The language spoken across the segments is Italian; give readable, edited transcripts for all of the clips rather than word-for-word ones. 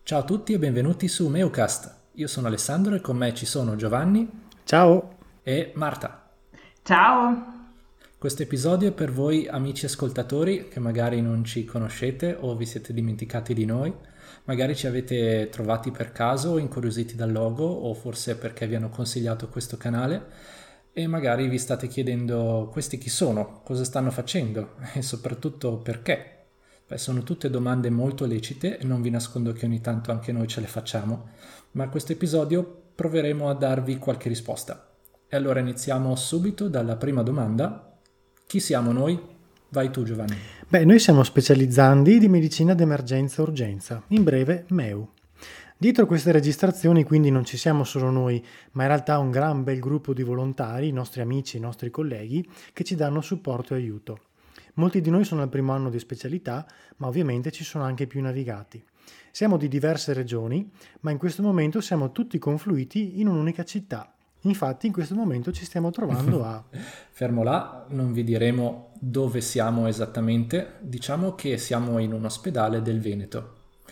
Ciao a tutti e benvenuti su Meucast. Io sono Alessandro e con me ci sono Giovanni Ciao, e Marta. Ciao! Questo episodio è per voi amici ascoltatori che magari non ci conoscete o vi siete dimenticati di noi. Magari ci avete trovati per caso o incuriositi dal logo o forse perché vi hanno consigliato questo canale e magari vi state chiedendo questi chi sono, cosa stanno facendo e soprattutto perché. Beh, sono tutte domande molto lecite e non vi nascondo che ogni tanto anche noi ce le facciamo, ma a questo episodio proveremo a darvi qualche risposta. E allora iniziamo subito dalla prima domanda. Chi siamo noi? Vai tu, Giovanni. noi siamo specializzandi di medicina d'emergenza e urgenza, in breve MEU. Dietro queste registrazioni quindi non ci siamo solo noi, ma in realtà un gran bel gruppo di volontari, i nostri amici, i nostri colleghi, che ci danno supporto e aiuto. Molti di noi sono al primo anno di specialità, ma ovviamente ci sono anche più navigati. Siamo di diverse regioni, ma in questo momento siamo tutti confluiti in un'unica città. Infatti in questo momento ci stiamo trovando a... Fermo là, non vi diremo dove siamo esattamente, diciamo che siamo in un ospedale del Veneto.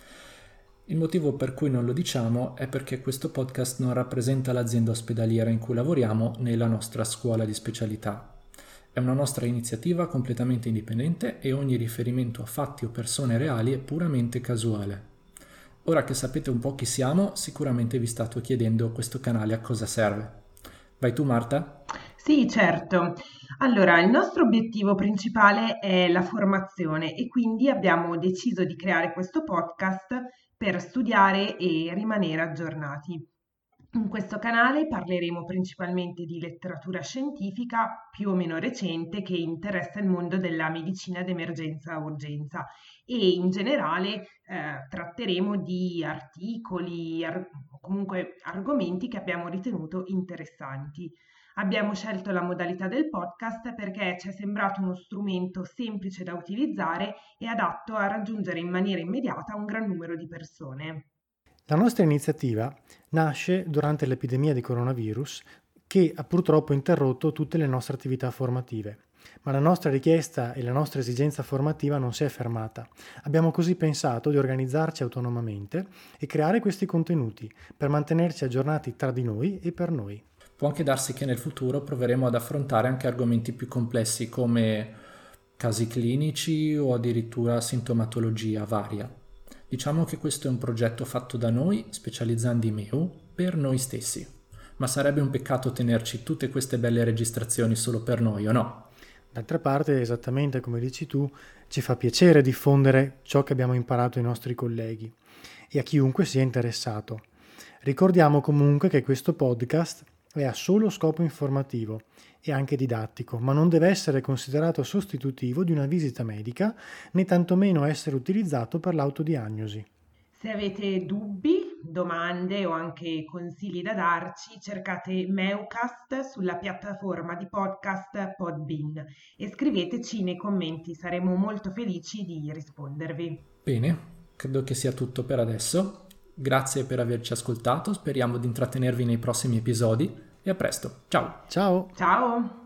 Il motivo per cui non lo diciamo è perché questo podcast non rappresenta l'azienda ospedaliera in cui lavoriamo né la nostra scuola di specialità. È una nostra iniziativa completamente indipendente e ogni riferimento a fatti o persone reali è puramente casuale. Ora che sapete un po' chi siamo, sicuramente vi state chiedendo questo canale a cosa serve. Vai tu, Marta? Sì, certo. Allora, il nostro obiettivo principale è la formazione e quindi abbiamo deciso di creare questo podcast per studiare e rimanere aggiornati. In questo canale parleremo principalmente di letteratura scientifica più o meno recente che interessa il mondo della medicina d'emergenza-urgenza e in generale tratteremo di articoli, comunque argomenti che abbiamo ritenuto interessanti. Abbiamo scelto la modalità del podcast perché ci è sembrato uno strumento semplice da utilizzare e adatto a raggiungere in maniera immediata un gran numero di persone. La nostra iniziativa nasce durante l'epidemia di coronavirus che ha purtroppo interrotto tutte le nostre attività formative. Ma la nostra richiesta e la nostra esigenza formativa non si è fermata. Abbiamo così pensato di organizzarci autonomamente e creare questi contenuti per mantenerci aggiornati tra di noi e per noi. Può anche darsi che nel futuro proveremo ad affrontare anche argomenti più complessi come casi clinici o addirittura sintomatologia varia. Diciamo che questo è un progetto fatto da noi, specializzando in MEU, per noi stessi. Ma sarebbe un peccato tenerci tutte queste belle registrazioni solo per noi, o no? D'altra parte, esattamente come dici tu, ci fa piacere diffondere ciò che abbiamo imparato ai nostri colleghi e a chiunque sia interessato. Ricordiamo comunque che questo podcast è a solo scopo informativo e anche didattico, ma non deve essere considerato sostitutivo di una visita medica, né tantomeno essere utilizzato per l'autodiagnosi. Se avete dubbi, domande o anche consigli da darci, cercate Meucast sulla piattaforma di podcast Podbean e scriveteci nei commenti, saremo molto felici di rispondervi. Bene, credo che sia tutto per adesso. Grazie per averci ascoltato, speriamo di intrattenervi nei prossimi episodi e a presto. Ciao! Ciao! Ciao!